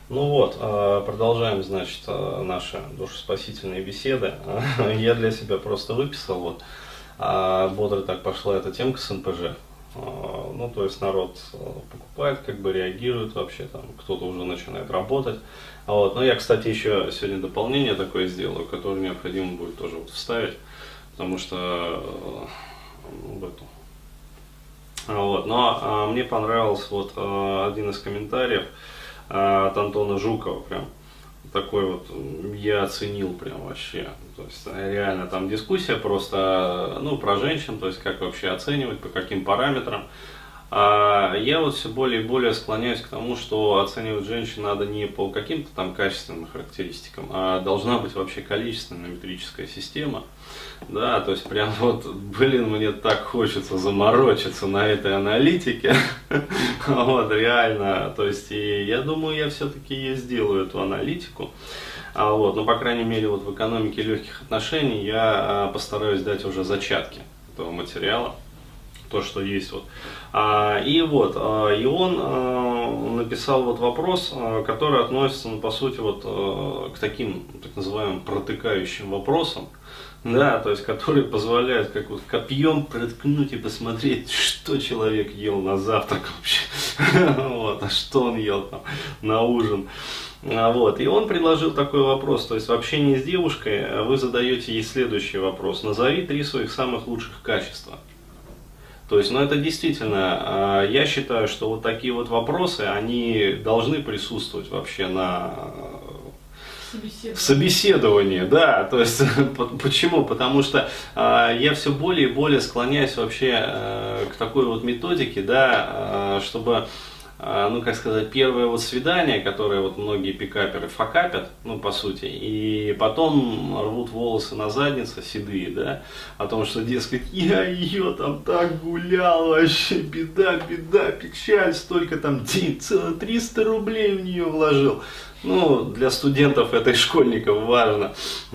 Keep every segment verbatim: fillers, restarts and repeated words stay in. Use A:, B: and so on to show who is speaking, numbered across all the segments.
A: Ну вот, продолжаем, значит, наши душеспасительные беседы. Я для себя просто выписал, вот, бодро так пошла эта темка с эн пэ жэ. Ну, то есть народ покупает, как бы реагирует вообще, там, кто-то уже начинает работать. Вот. Но я, кстати, еще сегодня дополнение такое сделаю, которое необходимо будет тоже вот вставить, потому что в эту. Вот. Но а, мне понравился вот а, один из комментариев а, от Антона Жукова, прям такой вот, я оценил прям вообще, то есть реально там дискуссия просто, ну, про женщин, то есть как вообще оценивать, по каким параметрам. А я вот все более и более склоняюсь к тому, что оценивать женщин надо не по каким-то там качественным характеристикам, а должна быть вообще количественная метрическая система. Да, то есть прям вот, блин, мне так хочется заморочиться на этой аналитике. Вот, реально, то есть и я думаю, я все-таки ее сделаю, эту аналитику. А вот, но, по крайней мере, вот в экономике легких отношений я а, постараюсь дать уже зачатки этого материала. То, что есть вот. А, и вот, а, и он а, написал вот вопрос, а, который относится, ну, по сути, вот а, к таким, так называемым, протыкающим вопросам, да, то есть, которые позволяют как вот копьем проткнуть и посмотреть, что человек ел на завтрак вообще, вот, а что он ел там на ужин. Вот. И он предложил такой вопрос, то есть в общении с девушкой вы задаете ей следующий вопрос: назови три своих самых лучших качества. То есть, ну, это действительно, я считаю, что вот такие вот вопросы, они должны присутствовать вообще на
B: собеседовании.
A: В собеседовании, да, то есть, почему? Потому что я все более и более склоняюсь вообще к такой вот методике, да, чтобы, ну, как сказать, первое вот свидание, которое вот многие пикаперы факапят, ну, по сути, и потом рвут волосы на заднице, седые, да, о том, что, дескать, я ее там так гулял, вообще беда, беда, печаль, столько там, целых триста рублей в нее вложил. Ну, для студентов это и школьников важно.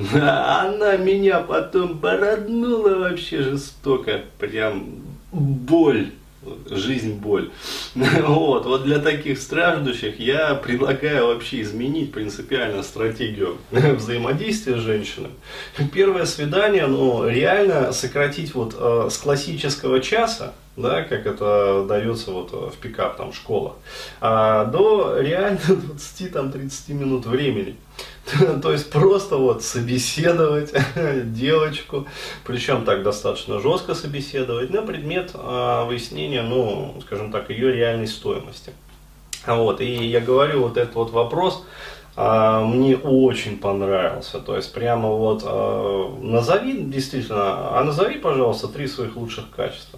A: Она меня потом бороднула вообще жестоко, прям боль. Жизнь, боль. Вот, вот для таких страждущих я предлагаю вообще изменить принципиально стратегию взаимодействия с женщиной. Первое свидание, ну, реально сократить вот э, с классического часа, да, как это дается вот в пикап там в школах, а, до реально двадцати-тридцати минут времени. То есть просто вот собеседовать девочку, причем так достаточно жестко собеседовать на предмет а, выяснения, ну, скажем так, ее реальной стоимости. Вот, и я говорю, вот этот вот вопрос а, мне очень понравился. То есть прямо вот а, назови, действительно, а назови, пожалуйста, три своих лучших качества.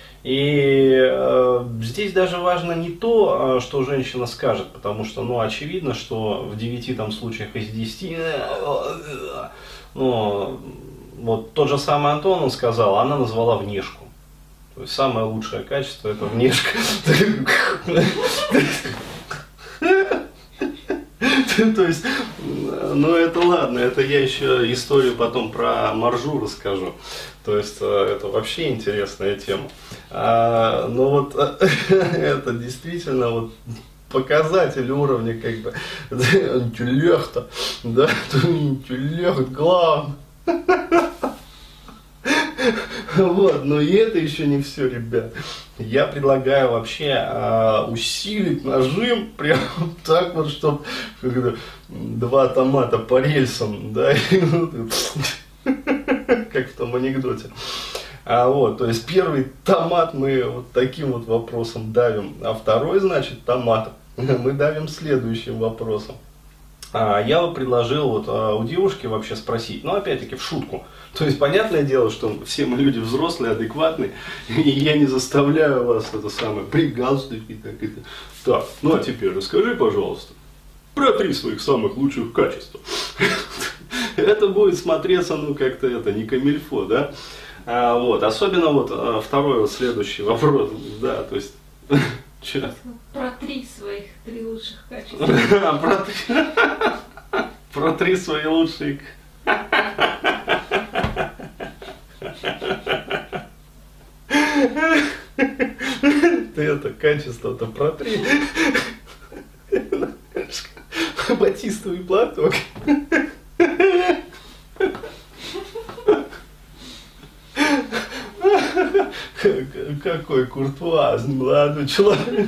A: И э, здесь даже важно не то, что женщина скажет, потому что, ну, очевидно, что в девяти там случаях из десяти, ну, вот тот же самый Антон, он сказал, она назвала внешку. То есть самое лучшее качество — это внешка. То есть, ну, это ладно, это я еще историю потом про маржу расскажу. То есть, это вообще интересная тема. А, но вот это действительно вот показатель уровня, как бы, интеллекта, да, интеллект главный. Вот, но и это еще не все, ребят. Я предлагаю вообще а, усилить нажим, прям так вот, чтобы два томата по рельсам, да, как в том анекдоте. А вот, то есть первый томат мы вот таким вот вопросом давим, а второй, значит, томат мы давим следующим вопросом. А я вот предложил вот а, у девушки вообще спросить, ну, опять-таки в шутку. То есть, понятное дело, что все мы люди взрослые, адекватные, и я не заставляю вас это самое при галстуке, так это. Так, ну а теперь расскажи, пожалуйста, про три своих самых лучших качества. Это будет смотреться, ну, как-то это, не камильфо, да? А, вот, особенно вот а, второй вот следующий вопрос, да, то есть, че?
B: Про три своих, три лучших качества.
A: Про три, про три свои лучшие. Ты это качество-то протри. батистовый платок. Какой куртуазный молодой человек.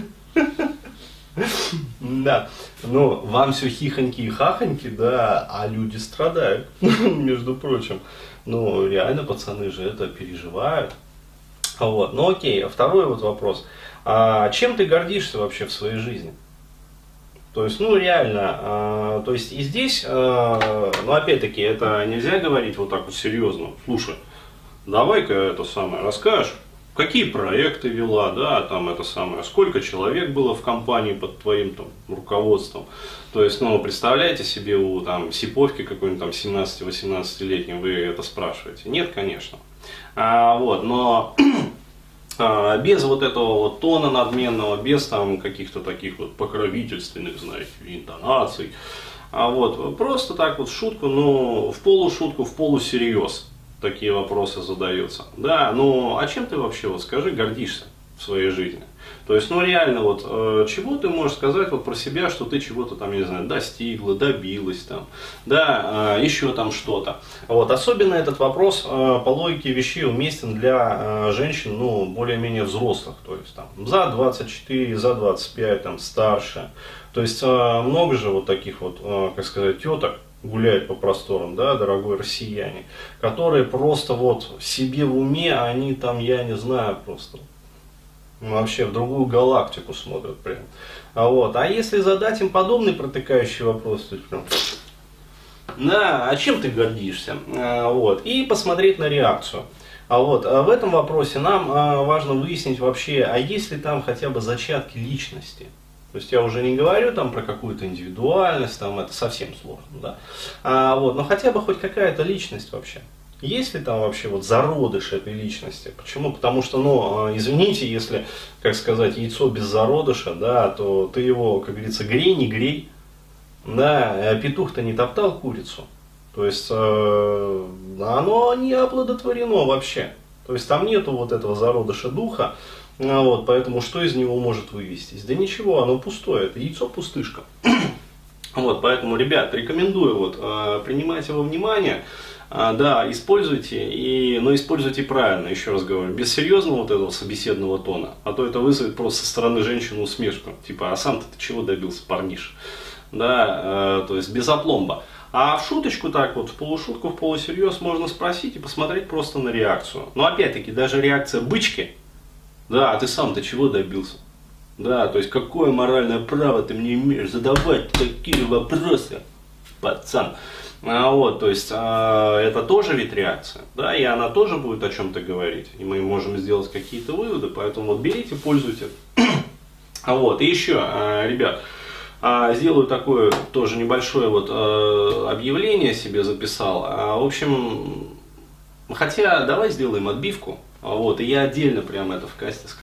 A: Да, ну, вам все хихоньки и хахоньки, да, а люди страдают, между прочим. Ну, реально, пацаны же это переживают. Вот, ну окей, а второй вот вопрос. А чем ты гордишься вообще в своей жизни? То есть, ну реально, а, то есть и здесь, а, ну опять-таки, это нельзя говорить вот так вот серьезно. Слушай, давай-ка это самое расскажешь. Какие проекты вела, да, там это самое, сколько человек было в компании под твоим там руководством. То есть, ну, представляете себе у там Сиповки какой-нибудь там семнадцати-восемнадцатилетнего вы это спрашиваете? Нет, конечно. А, вот, но а, без вот этого вот тона надменного, без там каких-то таких вот покровительственных, знаете, интонаций. А вот, просто так вот в шутку, ну, в полушутку, в полусерьез. Такие вопросы задаются. Да, ну а чем ты вообще, вот скажи, гордишься в своей жизни? То есть, ну реально, вот, э, чего ты можешь сказать вот про себя, что ты чего-то там, не знаю, достигла, добилась там, да, э, еще там что-то. Вот, особенно этот вопрос э, по логике вещей уместен для э, женщин, ну, более-менее взрослых, то есть там за двадцать четыре, за двадцать пять, там, старше. То есть, э, много же вот таких вот, э, как сказать, теток гуляют по просторам, да, дорогой россияне, которые просто вот себе в уме, они там, я не знаю, просто вообще в другую галактику смотрят прям. А вот, а если задать им подобный протыкающий вопрос, то прям, да, а чем ты гордишься? А, вот, и посмотреть на реакцию. А вот, а в этом вопросе нам а, важно выяснить вообще, а есть ли там хотя бы зачатки личности. То есть я уже не говорю там про какую-то индивидуальность, там это совсем сложно, да. А, вот, но хотя бы хоть какая-то личность вообще. Есть ли там вообще вот зародыш этой личности? Почему? Потому что, ну, извините, если, как сказать, яйцо без зародыша, да, то ты его, как говорится, грей, не грей, да, петух-то не топтал курицу. То есть э, оно не оплодотворено вообще. То есть там нету вот этого зародыша духа. Вот, поэтому что из него может вывестись? Да ничего, оно пустое, это яйцо пустышка. Вот, поэтому, ребят, рекомендую вот, э, принимать его внимание, э, да, используйте, и, но используйте правильно, еще раз говорю, без серьезного вот этого собеседного тона, а то это вызовет просто со стороны женщины усмешку, типа, а сам-то ты чего добился, парниш? Да, э, то есть без опломба. А в шуточку так вот, в полушутку, в полусерьез можно спросить и посмотреть просто на реакцию. Но опять-таки, даже реакция бычки, да, а ты сам-то чего добился? Да, то есть какое моральное право ты мне имеешь задавать такие вопросы, пацан? А вот, то есть а, это тоже ведь реакция, да, и она тоже будет о чем-то говорить, и мы можем сделать какие-то выводы, поэтому вот берите, пользуйтесь. А вот, и еще, а, ребят, а, сделаю такое тоже небольшое вот а, объявление себе записал. А, в общем, хотя давай сделаем отбивку. Вот, и я отдельно прямо это в касте